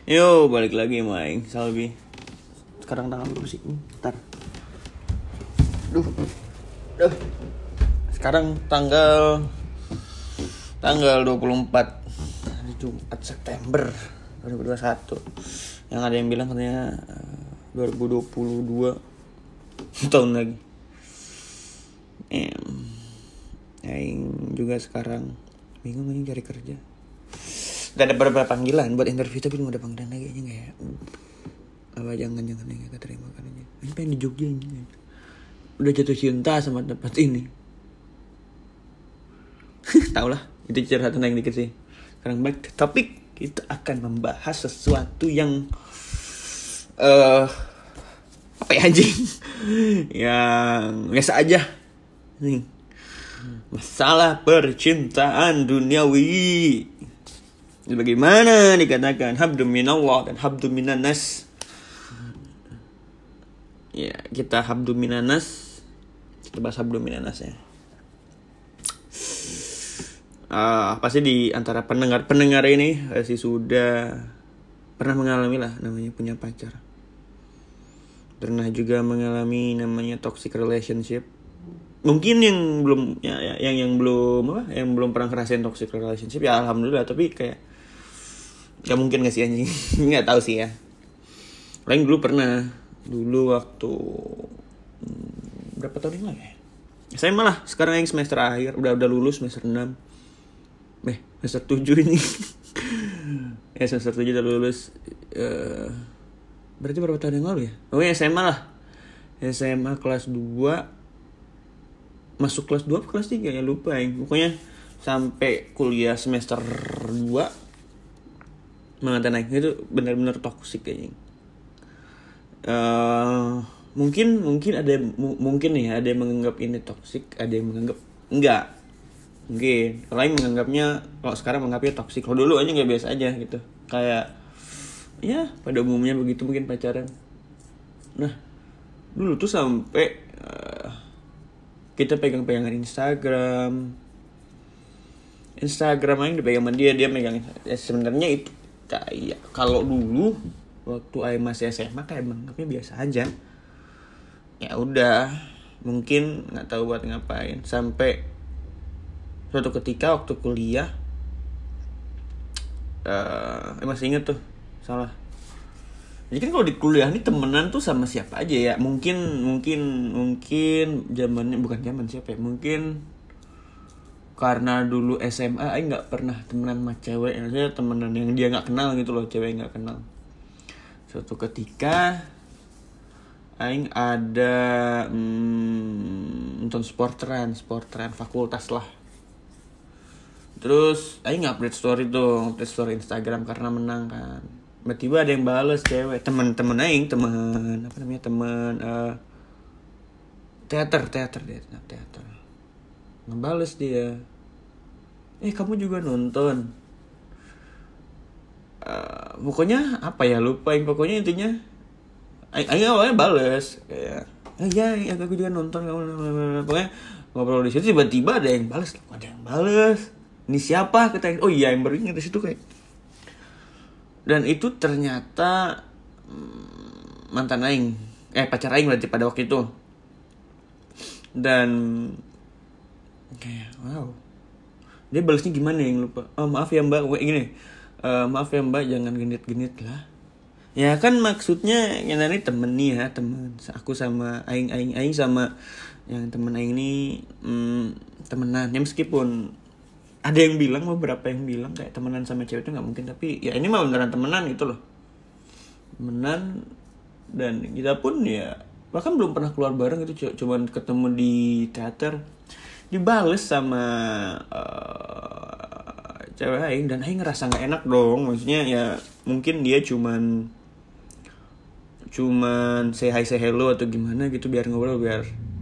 Yo, balik lagi main Salbi. Sekarang tanggal berapa sih? Ntar. Duh. Sekarang tanggal 24 hari Jumat September 2021. Yang ada yang bilang katanya 2022 tahun lagi. Aing juga sekarang bingung nih cari kerja. Udah ada beberapa panggilan buat interview tapi belum ada panggilan lagi aja kayak apa jangan yang keterima kerja. Ini pengen di Jogja ini. Udah jatuh cinta sama tempat ini. Tahu lah, itu curhatan yang dikit sih. Sekarang back ke topik, kita akan membahas sesuatu yang apa ya anjing? Yang biasa aja. Nih. Masalah percintaan duniawi. Bagaimana dikatakan habdum minallah dan habdum minanas. Ya, kita habdum minanas. Kita bahas habdum minanas ya. Pasti di antara pendengar ini pasti sudah pernah mengalami lah namanya punya pacar. Pernah juga mengalami namanya toxic relationship. Mungkin yang belum yang belum pernah ngerasain toxic relationship ya alhamdulillah, tapi kayak ya mungkin gak sih anjing. Nggak tahu sih ya. Paling dulu waktu berapa tahun yang lalu ya? Saya malah sekarang yang semester akhir udah lulus semester 6. Semester 7 ini. Ya semester 7 udah lulus. Berarti berapa tahun yang lalu ya? Oh ya SMA lah. SMA kelas 2. Masuk kelas 2 kelas 3 ya lupa ya. Pokoknya sampai kuliah semester 2 mantan naik itu benar-benar toksik kayaknya. Mungkin ada yang menganggap ini toksik, ada yang menganggap enggak. Mungkin kalau yang menganggapnya, kalau sekarang menganggapnya toksik. Kalau dulu aja nggak biasa aja gitu. Kayak ya pada umumnya begitu mungkin pacaran. Nah dulu tuh sampai kita pegang-pegangan Instagram yang dipegang sama dia megang. Ya, sebenarnya itu kayak kalau dulu waktu Aing masih SMA kayak menganggapnya biasa aja. Ya udah, mungkin nggak tahu buat ngapain. Sampai suatu ketika waktu kuliah, masih inget tuh salah. Jadi kan kalau di kuliah nih temenan tuh sama siapa aja ya. Mungkin zamannya bukan zaman siapa ya. Mungkin karena dulu SMA Aing gak pernah temenan sama cewek. Maksudnya temenan yang dia gak kenal gitu loh. Cewek yang gak kenal. Suatu ketika Aing ada nonton sportran fakultas lah. Terus Aing update story Instagram karena menang kan. Tiba-tiba ada yang bales cewek. Temen Aing teater ngebales dia, kamu juga nonton. Pokoknya apa ya lupa. Pokoknya intinya Aing awalnya bales kayak ya aku juga nonton kamu. Pokoknya ngobrol di situ tiba-tiba ada yang bales. Ini siapa kata. Oh iya yang baru ingat di situ kayak. Dan itu ternyata mantan Aing, pacar Aing berarti pada waktu itu. Dan kayak wow, dia balasnya gimana yang lupa. Maaf ya mbak, gini. Maaf ya mbak, jangan genit lah. Ya kan maksudnya yang ini temen nih ya, temen. Aku sama Aing sama yang temen Aing ini temenan. Ya meskipun ada yang bilang, beberapa yang bilang kayak temenan sama cewek itu nggak mungkin, tapi ya ini mah beneran temenan gitu loh. Temenan, dan kita pun ya bahkan belum pernah keluar bareng gitu, cuman ketemu di teater. Dibales sama cewek Aing, dan Aing ngerasa nggak enak dong. Maksudnya ya mungkin dia cuman say hi say hello atau gimana gitu biar ngobrol, biar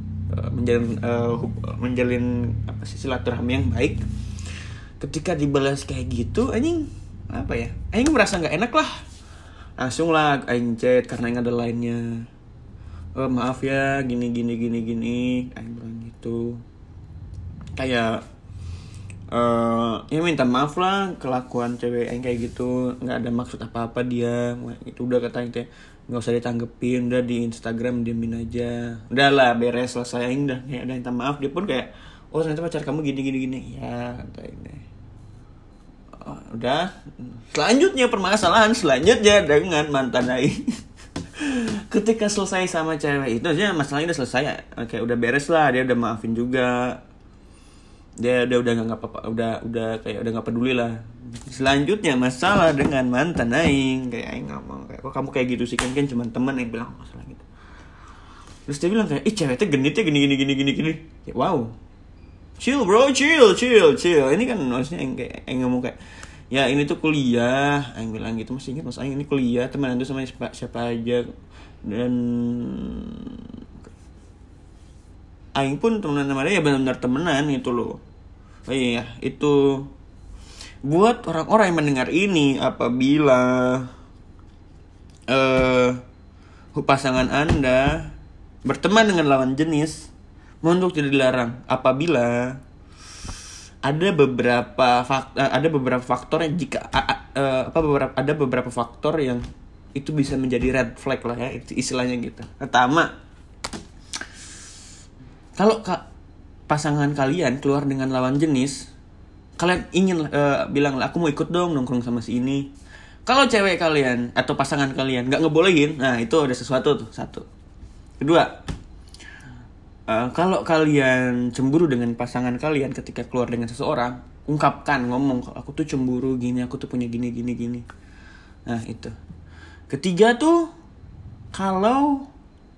menjalin apa sih silaturahmi yang baik. Ketika dibalas kayak gitu anjing apa ya, Aing merasa nggak enak lah. Langsung lah Aing chat karena Aing ada lainnya. Maaf ya gini Aing bilang gitu. Kayak Ya minta maaf lah kelakuan cewek yang kayak gitu, nggak ada maksud apa-apa dia, itu udah kata teh nggak usah ditanggepin, udah di Instagram diemin aja, udah lah beres selesai. Aing udah kayak ada minta maaf, dia pun kayak oh ternyata pacar kamu gini gini gini ya kata ini. Udah selanjutnya permasalahan selanjutnya dengan mantan Aing. Ketika selesai sama cewek itu aja masalahnya udah selesai ya, kayak udah beres lah, dia udah maafin juga, dia udah nggak apa-apa, udah kayak udah nggak peduli lah. Selanjutnya masalah dengan mantan Aing, kayak Aing ngomong kayak kok kamu kayak gitu sih, kan cuma teman yang bilang masalah gitu. Terus dia bilang kayak ceweknya genitnya gini. Kayak, wow, chill bro, chill. Ini kan maksudnya Aing ngomong kayak ya ini tuh kuliah, Aing bilang gitu. Masih ingat mas Aing ini kuliah, teman itu sama siapa aja, dan Aing pun temenan sama dia ya benar-benar temenan gitu loh. Oh iya, itu buat orang-orang yang mendengar ini, apabila pasangan Anda berteman dengan lawan jenis, mohon untuk tidak dilarang. Apabila ada beberapa faktor yang jika ada beberapa faktor yang itu bisa menjadi red flag lah ya, istilahnya gitu. Pertama, kalau pasangan kalian keluar dengan lawan jenis, kalian ingin bilang lah aku mau ikut dong nongkrong sama si ini. Kalau cewek kalian atau pasangan kalian nggak ngebolehin, nah itu ada sesuatu tuh, satu. Kedua, kalau kalian cemburu dengan pasangan kalian ketika keluar dengan seseorang, ungkapkan, ngomong aku tuh cemburu gini, aku tuh punya gini. Nah itu. Ketiga tuh, kalau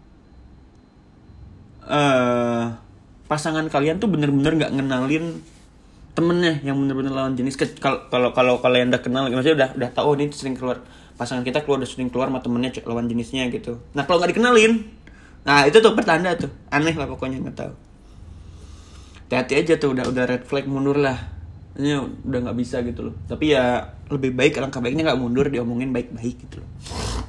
pasangan kalian tuh bener-bener nggak ngenalin temennya yang bener-bener lawan jenis. Kalau kalian udah kenal, maksudnya udah tahu nih sering keluar, pasangan kita udah sering keluar sama temennya lawan jenisnya gitu. Nah kalau nggak dikenalin, nah itu tuh pertanda tuh, aneh lah pokoknya, nggak tahu. Hati-hati aja tuh, udah red flag, mundur lah. Ini udah nggak bisa gitu loh. Tapi ya lebih baik, alangkah baiknya nggak mundur, diomongin baik-baik gitu loh.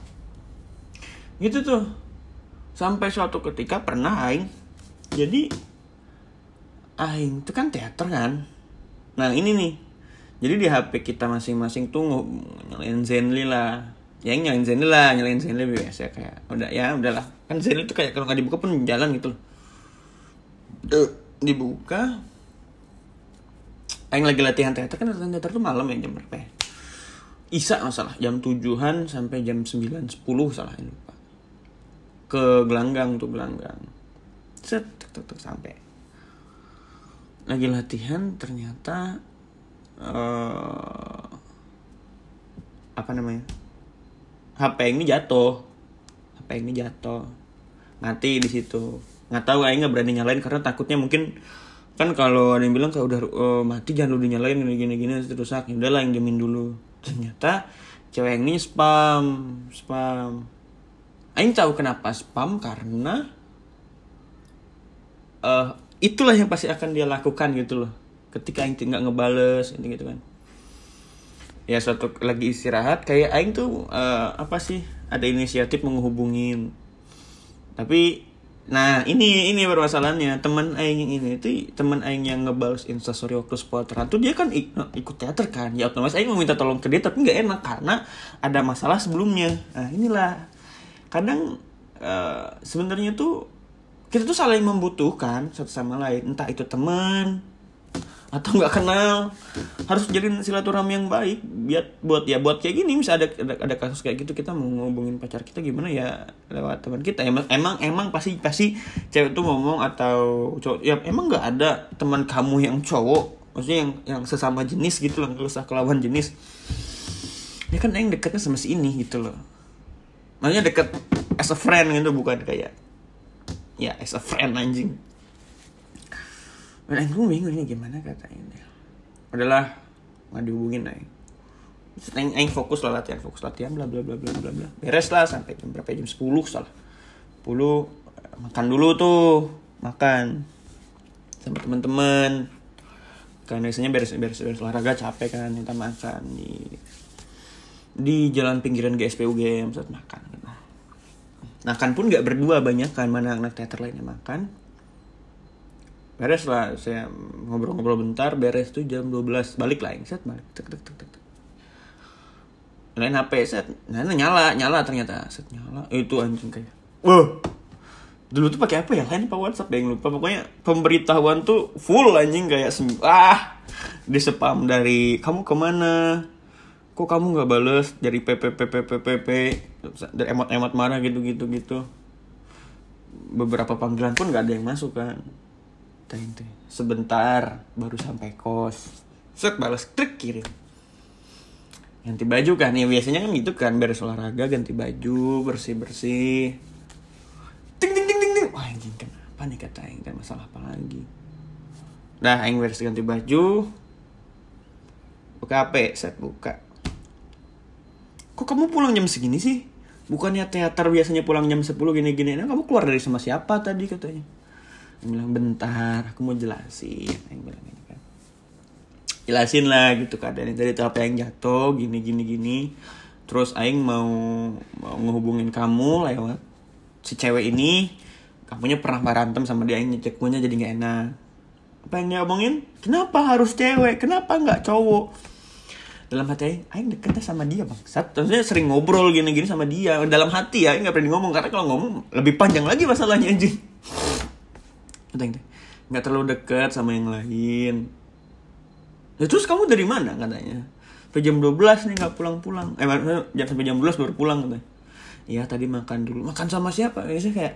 Gitu tuh. Sampai suatu ketika pernah Aing, jadi Aing itu kan teater kan. Nah ini nih, jadi di HP kita masing-masing tuh nyalain Zenly lah. Yang nyalain Zenly biasa kayak udah ya udahlah. Kan Zenly tuh kayak kalau nggak dibuka pun jalan gitu loh. Dibuka, Aing lagi latihan teater, kan latihan teater tuh malam ya, jam berapa ya? Isa masalah, jam 7-an sampai jam 9-10 salah ini lupa. Ke gelanggang. Set, tek sampai. Lagi latihan ternyata HP ini jatuh. Mati di situ. Nggak tahu, Aing nggak berani nyalain karena takutnya mungkin kan kalau ada yang bilang kalau udah mati jangan lu dinyalain gini terus rusak. Udahlah yang jamin dulu. Ternyata cewek ini spam. Aing tahu kenapa spam, karena itulah yang pasti akan dia lakukan gitu loh. Ketika Aing nggak ngebales gitu kan. Ya suatu lagi istirahat, kayak Aing tuh ada inisiatif menghubungin. Tapi nah ini permasalahannya, teman Aing yang ini tuh teman Aing yang ngebales instastory waktu sporteran tuh dia kan ikut teater kan. Ya otomatis Aing meminta tolong ke dia, tapi nggak enak karena ada masalah sebelumnya. Nah inilah kadang sebenarnya tuh kita tuh saling membutuhkan satu sama lain, entah itu teman atau nggak kenal, harus jalin silaturahmi yang baik. Buat kayak gini, misalnya ada kasus kayak gitu, kita mau ngomongin pacar kita gimana ya lewat teman kita. Emang pasti cewek tuh ngomong atau cowok, ya emang nggak ada teman kamu yang cowok, maksudnya yang sesama jenis gitu loh, nggak usah kelawan jenis. Ya kan yang dekatnya sama si ini gitu loh, maksudnya deket as a friend gitu, bukan kayak ya as a friend anjing. Dan aku bingung ini gimana katanya. Udahlah, nggak dihubungin Aing. Aing fokus latihan bla bla bla. Beres lah sampai jam berapa? Jam 10 salah. 10 makan dulu tuh, makan sama teman-teman. Karena biasanya beres olahraga capek kan, minta makan di jalan pinggiran GSP UGM saat makan. Makan pun nggak berdua, banyak kan, mana anak teater lainnya makan. Beres lah, saya ngobrol-ngobrol bentar, beres tuh jam 12, balik lah, set balik, tek. Lain HP set, nyala ternyata, set nyala, itu anjing kayak, wah, dulu tuh pakai apa ya, lain apa WhatsApp yang lupa, pokoknya pemberitahuan tuh full anjing kayak di spam dari kamu kemana, kok kamu nggak bales dari PP, dari emot marah gitu. Beberapa panggilan pun nggak ada yang masuk kan. Sebentar baru sampai kos, set balas klik kirim, ganti baju kan ya, biasanya kan gitu kan, beres olahraga ganti baju, bersih ting wah anjing kenapa nih kata aing, kan masalah apa lagi. Nah aing beres ganti baju, buka HP, set buka, kok kamu pulang jam segini sih, bukannya teater biasanya pulang jam 10 gini. Nah kamu keluar dari sama siapa tadi katanya. Aing bilang bentar, aku mau jelasin. Aing bilang gini kan, jelasin lah gitu keadaannya tadi tuh, apa yang jatuh gini. Terus Aing mau ngehubungin kamu lewat si cewek ini, kamunya pernah berantem sama dia, Aing ngeceknya jadi nggak enak. Apa yang dia omongin? Kenapa harus cewek? Kenapa nggak cowok? Dalam hati Aing deketnya sama dia bang. Maksudnya sering ngobrol gini sama dia. Dalam hati ya, Aing nggak berani ngomong karena kalau ngomong lebih panjang lagi masalahnya anjing. Nggak terlalu dekat sama yang lain. Ya, terus kamu dari mana katanya? Sampai jam 12 nih nggak pulang. Sampai jam 12 baru pulang katanya. Iya tadi makan dulu. Makan sama siapa? Biasanya kayak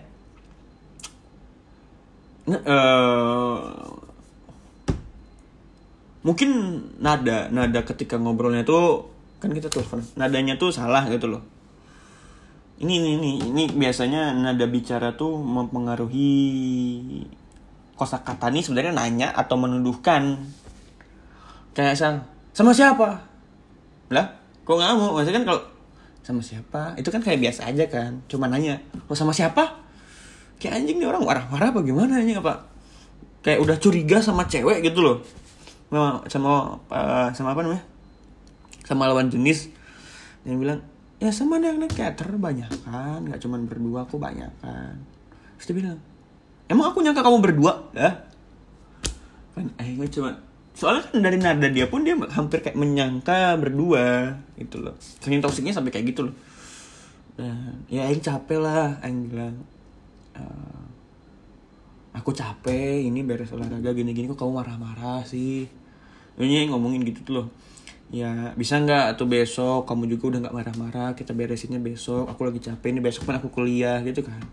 mungkin nada ketika ngobrolnya tuh kan kita telepon, nadanya tuh salah gitu loh. Ini biasanya nada bicara tuh mempengaruhi kosakata nih, sebenarnya nanya atau menuduhkan. Kayak sama siapa? Lah, kok ngamuk? Maksudnya kan kalau sama siapa, itu kan kayak biasa aja kan. Cuma nanya, "Oh, sama siapa?" Kayak anjing nih orang marah-marah apa gimana anjing apa? Kayak udah curiga sama cewek gitu loh. Sama apa namanya? Sama lawan jenis. Dia bilang, "Ya sama yang naik teater banyak kan, enggak cuma berdua, aku banyak kan." Terus dia bilang, "Emang aku nyangka kamu berdua?" Ya. Kan gue cuma soalnya kan dari nada dia pun dia hampir kayak menyangka berdua gitu loh. Saking toksiknya sampai kayak gitu loh. Dan ya Aing capek lah, Aing bilang, aku capek ini beres olahraga gini kok kamu marah-marah sih. Ini ngomongin gitu tuh loh. Ya bisa nggak atau besok kamu juga udah nggak marah-marah, kita beresinnya besok, aku lagi capek ini, besok kan aku kuliah gitu kan.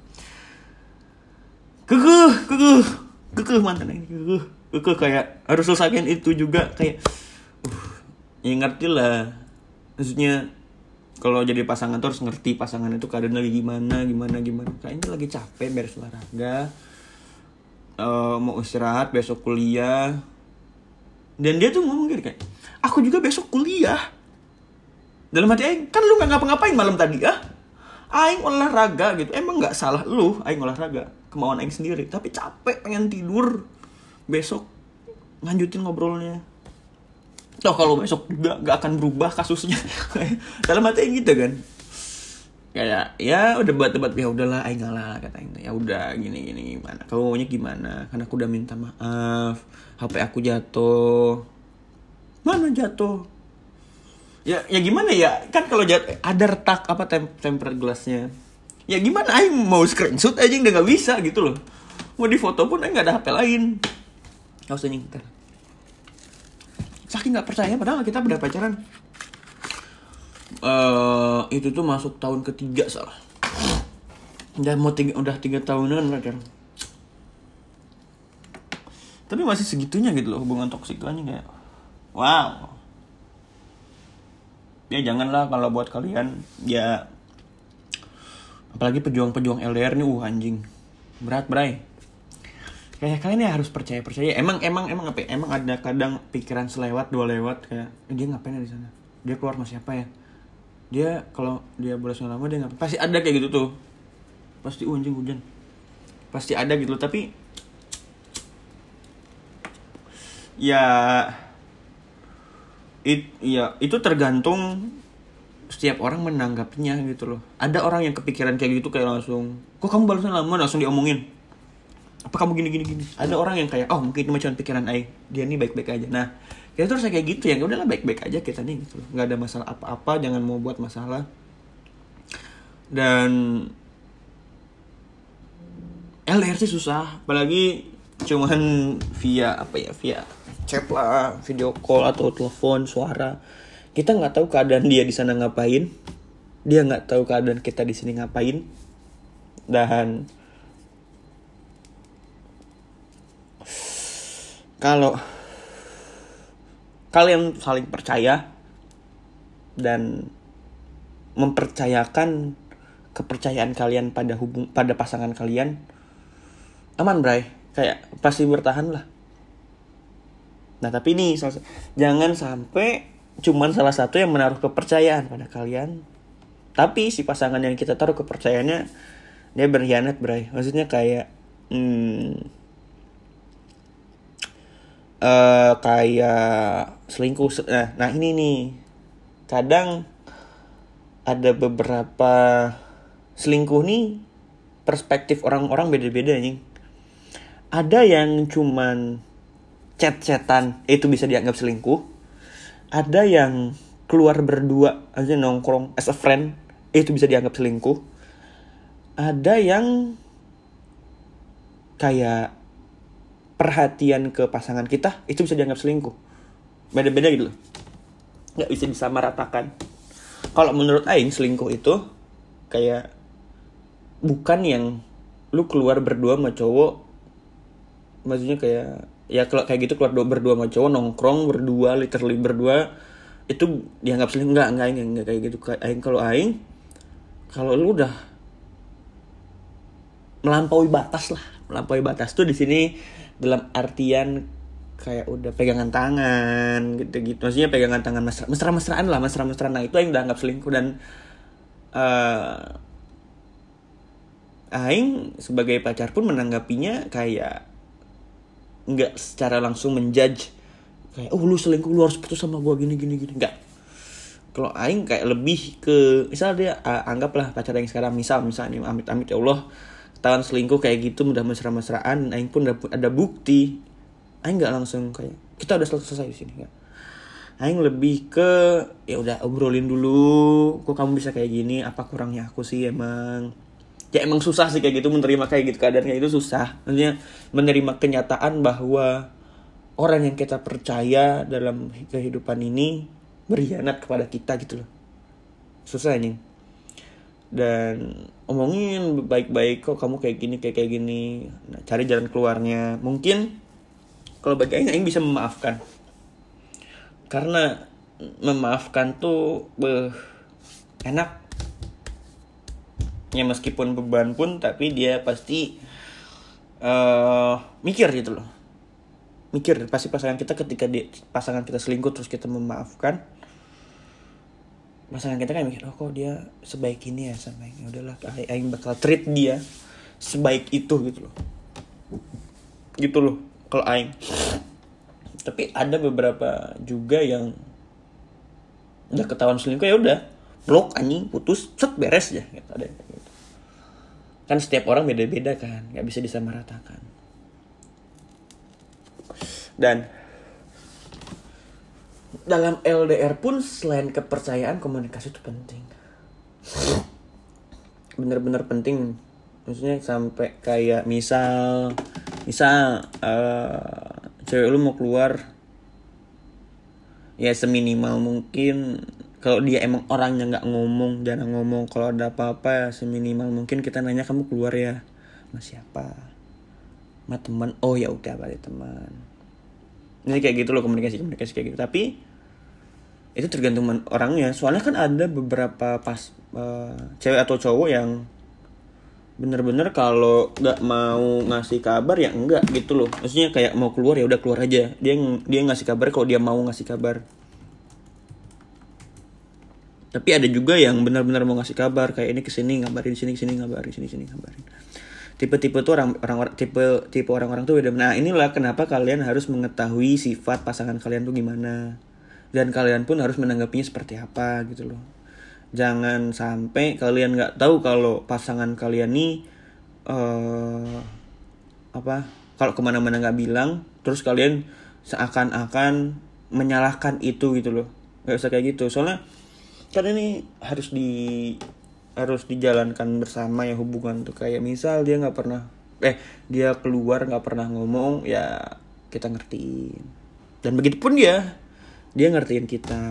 Kekeh mantan ini kekeh kayak harus selesaikan itu juga kayak ya ngerti lah, maksudnya kalau jadi pasangan tuh harus ngerti pasangan itu keadaan lagi gimana kayaknya lagi capek beres olahraga, mau istirahat besok kuliah. Dan dia tuh ngomong gitu kayak, aku juga besok kuliah. Dalam hati Aing, kan lu gak ngapa-ngapain malam tadi Aing olahraga gitu. Emang gak salah lu Aing olahraga, kemauan Aing sendiri. Tapi capek pengen tidur, besok lanjutin ngobrolnya. Toh kalau besok juga gak akan berubah kasusnya. Dalam hati Aing gitu kan. Kayak ya udah debat ya udahlah Aing ngalah kata Aing. Ya udah gini gimana, kamu maunya gimana, kan aku udah minta maaf, HP aku jatuh. Mana jatuh? Ya gimana ya, kan kalau jatuh ada retak apa tempered glassnya. Ya gimana Aing mau screenshot aja udah gak bisa gitu loh. Mau di foto pun Aing gak ada HP lain. Gak usah nyingkir. Saking gak percaya padahal kita udah pacaran. Itu tuh masuk tahun ketiga salah. Udah 3 tahunan pacaran. Tapi masih segitunya gitu loh hubungan toksik tuh anjing kayak. Wow. Ya janganlah kalau buat kalian ya, apalagi pejuang-pejuang LDR nih anjing. Berat, bray. Kayak kalian ya harus percaya. Emang apa ya? Emang ada kadang pikiran selewat, 2 lewat kayak dia ngapain di sana? Dia keluar sama siapa ya? Dia kalau dia bolos lama dia ngapain? Pasti ada kayak gitu tuh. Pasti anjing hujan. Pasti ada gitu, tapi itu tergantung setiap orang menanggapinya gitu loh. Ada orang yang kepikiran kayak gitu kayak langsung, kok kamu balasnya lama, langsung diomongin. Apa kamu gini. Ada orang yang kayak, oh mungkin cuma pikiran aing, dia nih baik-baik aja. Nah, kita tuh harus kayak gitu ya, udahlah baik-baik aja kita nih gitu. Nggak ada masalah apa-apa, jangan mau buat masalah. Dan LDR sih susah, apalagi cuman via chat lah, video call atau telepon suara. Kita nggak tahu keadaan dia di sana ngapain, dia nggak tahu keadaan kita di sini ngapain. Dan kalau kalian saling percaya dan mempercayakan kepercayaan kalian pada pasangan kalian, aman bray, kayak pasti bertahan lah. Nah tapi nih jangan sampai cuman salah satu yang menaruh kepercayaan pada kalian, tapi si pasangan yang kita taruh kepercayaannya dia berkhianat bray. Maksudnya kayak kayak selingkuh. Nah ini nih, kadang ada beberapa selingkuh nih perspektif orang-orang beda-beda nih. Ada yang cuman chat-chatan itu bisa dianggap selingkuh. Ada yang keluar berdua aja nongkrong as a friend itu bisa dianggap selingkuh. Ada yang kayak perhatian ke pasangan kita itu bisa dianggap selingkuh. Beda-beda gitu loh, nggak bisa disamaratakan. Kalau menurut aing selingkuh itu kayak bukan yang lu keluar berdua sama cowok, maksudnya kayak ya kalau kayak gitu keluar berdua sama cowok nongkrong berdua, literally berdua itu dianggap selingkuh. Enggak kayak gitu. Kalau lu udah melampaui batas tuh di sini dalam artian kayak udah pegangan tangan gitu. Maksudnya pegangan tangan mesra-mesraan lah, mesra-mesraan. Nah itu yang dianggap selingkuh. Dan aing sebagai pacar pun menanggapinya kayak nggak secara langsung menjudge kayak lu selingkuh, lu harus putus sama gue gini. Nggak. Kalau aing kayak lebih ke misal dia anggaplah pacar yang sekarang misalnya amit-amit ya Allah ketahuan selingkuh kayak gitu, udah mesra-mesraan, aing pun ada bukti, aing nggak langsung kayak kita udah selesai di sini, nggak. Aing lebih ke ya udah obrolin dulu, kok kamu bisa kayak gini, apa kurangnya aku sih emang. Ya emang susah sih kayak gitu, menerima kayak gitu, keadaannya itu susah. Maksudnya menerima kenyataan bahwa orang yang kita percaya dalam kehidupan ini berkhianat kepada kita gitu loh. Susah anjing. Dan omongin baik-baik, kok kamu kayak gini. Nah, cari jalan keluarnya. Mungkin kalau bagi aing bisa memaafkan. Karena memaafkan tuh enak. Ya meskipun beban pun, tapi dia pasti mikir gitu loh. Mikir pasti pasangan kita ketika pasangan kita selingkuh terus kita memaafkan, pasangan kita kan mikir, oh kok dia sebaik ini ya sama ini, udahlah aing bakal treat dia sebaik itu gitu loh kalau aing. Tapi ada beberapa juga yang udah ketahuan selingkuh ya udah blok anjing, putus, set beres ya gitu. Ada gitu. Kan setiap orang beda-beda kan, nggak bisa disamaratakan. Dan dalam LDR pun selain kepercayaan, komunikasi itu penting. Bener-bener penting. Maksudnya sampai kayak misal cewek lu mau keluar, ya seminimal mungkin kalau dia emang orangnya nggak ngomong, jarang ngomong, kalau ada apa-apa seminimal mungkin kita nanya, kamu keluar ya sama siapa, sama teman, oh ya udah balik teman. Ini kayak gitu loh, komunikasi kayak gitu. Tapi itu tergantung orangnya. Soalnya kan ada beberapa cewek atau cowok yang bener-bener kalau nggak mau ngasih kabar ya enggak gitu loh. Maksudnya kayak mau keluar ya udah keluar aja. Dia ngasih kabar kalau dia mau ngasih kabar. Tapi ada juga yang benar-benar mau ngasih kabar, kayak ini kesini ngabarin, sini ngabarin, sini ngabarin. Tipe-tipe tuh tipe orang-orang tuh beda. Nah inilah kenapa kalian harus mengetahui sifat pasangan kalian tuh gimana, dan kalian pun harus menanggapinya seperti apa gitu loh. Jangan sampai kalian nggak tahu kalau pasangan kalian nih kalau kemana-mana nggak bilang, terus kalian seakan-akan menyalahkan itu gitu loh. Nggak usah kayak gitu, soalnya kan ini harus dijalankan bersama ya hubungan tuh. Kayak misal dia keluar nggak pernah ngomong, ya kita ngertiin, dan begitupun dia ngertiin kita.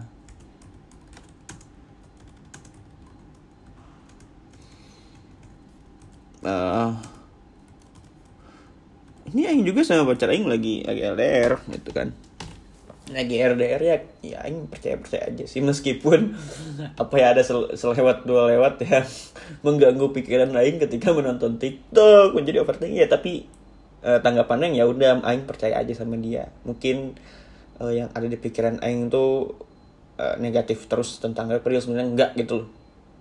Ini Aing juga sama pacar Aing lagi LDR gitu kan, lagi LDR ya Aing percaya aja sih, meskipun apa ya ada selewat dua lewat ya mengganggu pikiran Aing ketika menonton TikTok menjadi overthinking ya, tapi tanggapannya ya udah Aing percaya aja sama dia. Mungkin yang ada di pikiran Aing tuh negatif terus tentang April, sebenarnya enggak gitu loh.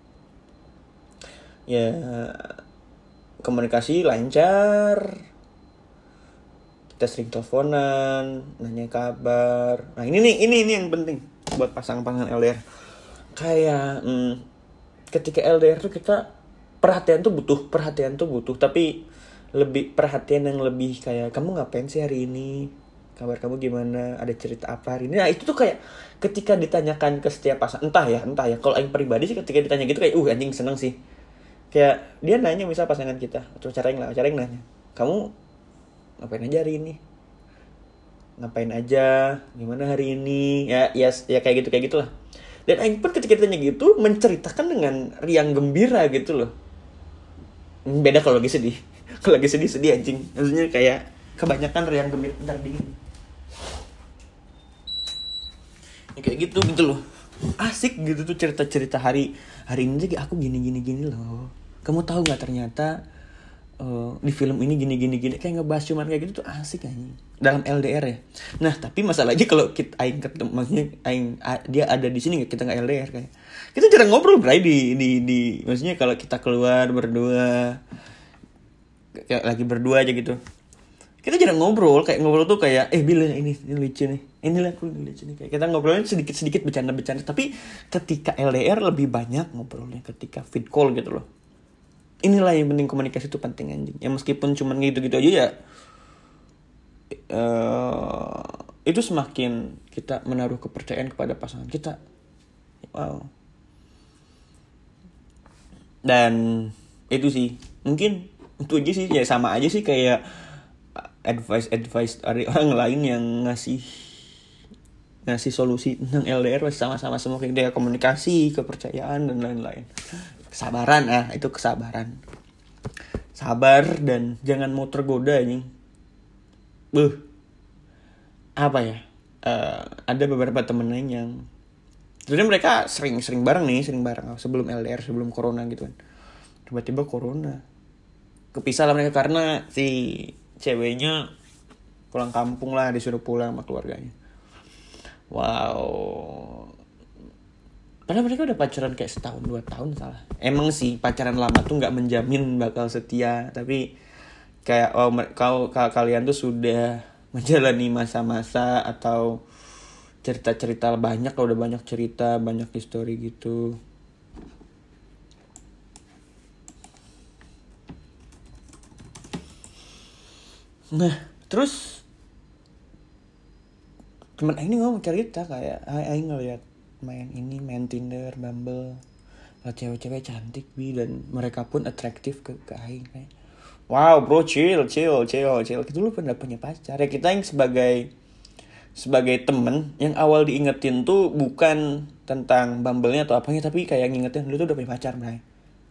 Ya komunikasi lancar, kita sering teleponan, nanya kabar. Nah ini yang penting buat pasangan LDR. Kayak ketika LDR tuh kita perhatian tuh butuh, tapi lebih perhatian yang lebih kayak, kamu ngapain sih hari ini, kabar kamu gimana, ada cerita apa hari ini. Nah itu tuh kayak ketika ditanyakan ke setiap pasangan, entah ya kalau Aing pribadi sih ketika ditanya gitu kayak anjing seneng sih. Kayak dia nanya misal pasangan kita atau pacar Aing nanya, kamu ngapain aja hari ini, ngapain aja, gimana hari ini, ya kayak gitulah. Dan Aing pun ketika ditanya gitu menceritakan dengan riang gembira gitu loh. Beda kalau lagi sedih. Kalau lagi sedih anjing, maksudnya kayak kebanyakan riang gembira bentar dingin ya, kayak gitu loh. Asik gitu tuh cerita hari ini aja aku gini loh. Kamu tahu nggak ternyata di film ini gini kayak ngebahas cuman kayak gitu tuh asik anjing dalam LDR ya. Nah tapi masalahnya kalau kita Aing ketemu, maksudnya dia ada di sini, kita nggak LDR, kayak kita jarang ngobrol bray di maksudnya kalau kita keluar berdua kayak lagi berdua aja gitu, kita jarang ngobrol. Kayak ngobrol tuh kayak bilang ini lucu nih, inilah aku lucu nih, kayak kita ngobrolnya sedikit bercanda. Tapi ketika LDR lebih banyak ngobrolnya ketika vid call gitu loh. Inilah yang penting, komunikasi itu penting anjing. Ya meskipun cuman gitu aja ya, itu semakin kita menaruh kepercayaan kepada pasangan kita. Wow. Dan itu sih mungkin itu aja sih, ya sama aja sih kayak advice dari orang lain yang ngasih solusi tentang LDR, sama-sama semua kayak dia, komunikasi, kepercayaan dan lain-lain. Kesabaran, itu kesabaran. Sabar dan jangan mau tergoda anjing. Apa ya? Ada beberapa temen lain yang sebenarnya mereka sering bareng sebelum LDR, sebelum corona gitu kan. Tiba-tiba corona. Kepisah lah mereka karena si ceweknya pulang kampung lah, disuruh pulang sama keluarganya. Wow. Padahal mereka udah pacaran kayak setahun 2 tahun salah. Emang sih pacaran lama tuh nggak menjamin bakal setia, tapi kayak kalian tuh sudah menjalani masa-masa atau cerita-cerita banyak, udah banyak cerita, banyak histori gitu. Nah terus temen ini ngomong cerita kayak Aing ngeliat main Tinder, Bumble, cewek-cewek cantik dan mereka pun atraktif ke Aing kayak, wow bro, chill gitu. Lu pernah punya pacar ya? Kita yang sebagai temen yang awal diingetin tuh bukan tentang Bumble-nya atau apanya, tapi kayak ngingetin lu tuh udah punya pacar, bray.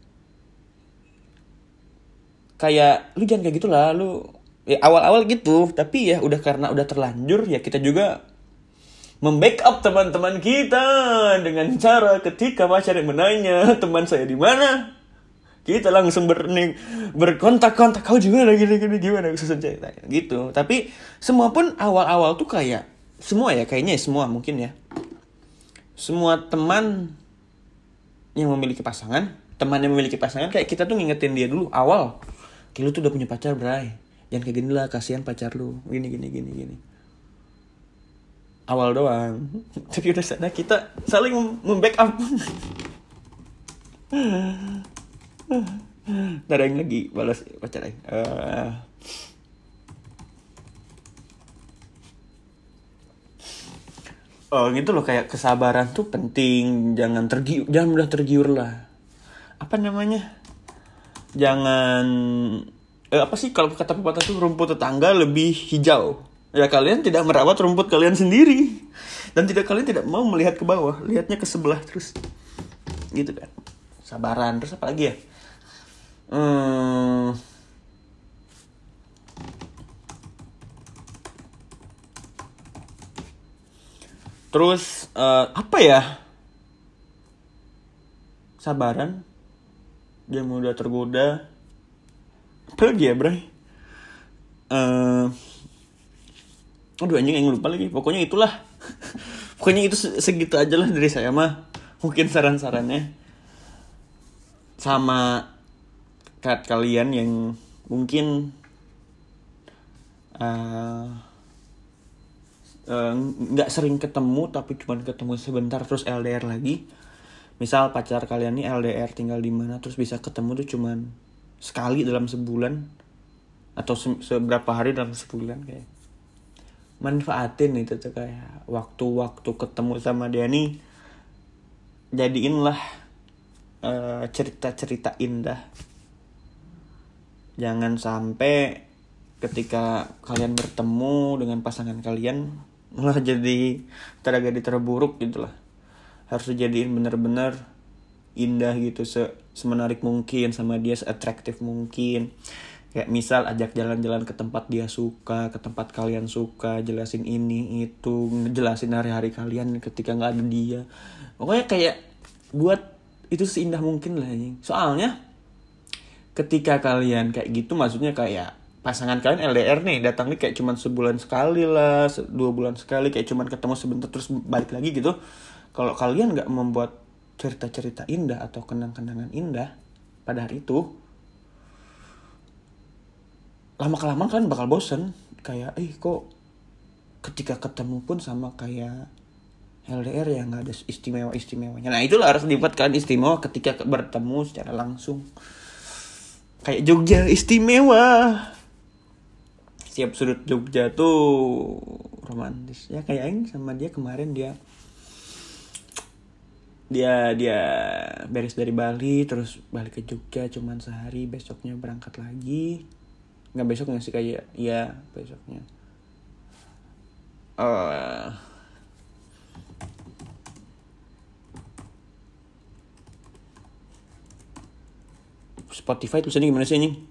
Kayak lu jangan kayak gitu lah, lu ya awal-awal gitu, tapi ya karena udah terlanjur ya kita juga membackup teman-teman kita dengan cara ketika pacar menanya teman saya di mana, kita langsung berkontak, kau gimana gimana cerita gitu. Tapi semua pun awal-awal tuh kayak semua ya, kayaknya semua mungkin ya, semua teman yang memiliki pasangan kayak kita tuh ngingetin dia dulu awal, lu tuh udah punya pacar bray, jangan kayak gini lah, kasihan pacar lu gini. Awal doang, tapi udah sana kita saling membackup. Ntar yang lagi balas pacar. gitu loh, kayak kesabaran tuh penting. Jangan mudah tergiur lah. Apa namanya? Jangan apa sih kalau kata pepatah tuh, rumput tetangga lebih hijau. Ya kalian tidak merawat rumput kalian sendiri. Dan kalian tidak mau melihat ke bawah, lihatnya ke sebelah terus. Gitu kan. Sabaran. Terus apa lagi ya? Terus apa ya? Sabaran. Dia mudah tergoda. Apa lagi ya, Bray? Aduh anjing, yang lupa lagi. Pokoknya itulah. Pokoknya itu segitu aja lah dari saya mah. Mungkin saran-sarannya. Sama kalian yang mungkin nggak sering ketemu, tapi cuma ketemu sebentar terus LDR lagi. Misal pacar kalian nih LDR tinggal di mana, terus bisa ketemu tuh cuman sekali dalam sebulan atau seberapa hari dalam sebulan. Kayak manfaatin itu tuh, kayak waktu-waktu ketemu sama dia nih, jadiinlah cerita-cerita indah. Jangan sampai ketika kalian bertemu dengan pasangan kalian malah jadi tragedi terburuk gitu lah. Harus dijadiin benar-benar indah gitu, semenarik mungkin sama dia, se-atraktif mungkin. Kayak misal ajak jalan-jalan ke tempat dia suka, ke tempat kalian suka, jelasin ini itu, jelasin hari-hari kalian ketika nggak ada dia. Pokoknya kayak buat itu seindah mungkin lah ini. Soalnya ketika kalian kayak gitu, maksudnya kayak pasangan kalian LDR nih, datang nih kayak cuman sebulan sekali lah, 2 bulan sekali, kayak cuman ketemu sebentar terus balik lagi gitu. Kalau kalian nggak membuat cerita-cerita indah atau kenang-kenangan indah pada hari itu, lama-kelamaan kalian bakal bosen. Kayak kok ketika ketemu pun sama kayak LDR ya, nggak ada istimewa-istimewanya. Nah itulah harus dibuat kalian istimewa ketika bertemu secara langsung. Kayak Jogja istimewa. Setiap sudut Jogja tuh romantis. Ya kayak Aing sama dia kemarin, dia beres dari Bali terus balik ke Jogja cuman sehari, besoknya berangkat lagi. Nggak besoknya sih, kayak ya besoknya. Spotify tulisannya gimana sih ini?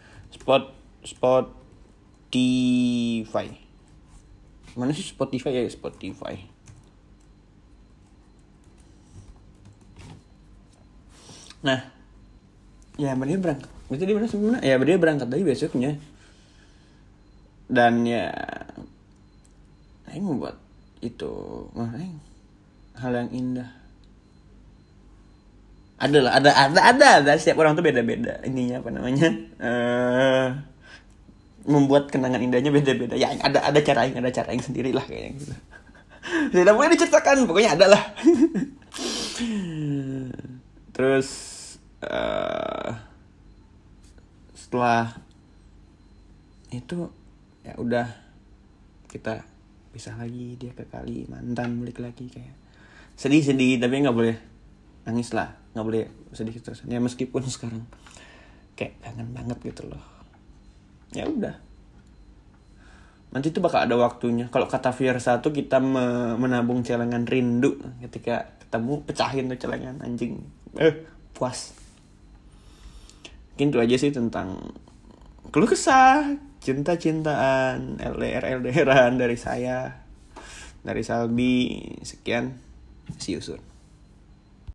Spotify. Mana sih Spotify ya? Spotify. Nah, ya dia berangkat. Berarti di mana sebenarnya? Ya dia berangkat lagi besoknya. Dan ya, Aing membuat itu hal yang indah. Ada. Setiap orang tuh beda-beda. Ininya apa namanya? Membuat kenangan indahnya beda-beda. Ya ada cara yang sendiri lah kayaknya gitu. Tidak boleh diceritakan, pokoknya ada lah. Terus setelah itu ya udah, kita pisah lagi, dia ke Kalimantan, balik lagi. Kayak sedih tapi nggak boleh nangis lah, nggak boleh sedih terus ya, meskipun sekarang kayak kangen banget gitu loh. Ya udah, nanti tuh bakal ada waktunya. Kalau kata Fiersa tuh kita menabung celengan rindu. Ketika ketemu pecahin tuh celengan, anjing puas. Mungkin itu aja sih tentang keluh kesah cinta-cintaan, LDR-LDRan dari saya, dari Salbi. Sekian, see you soon.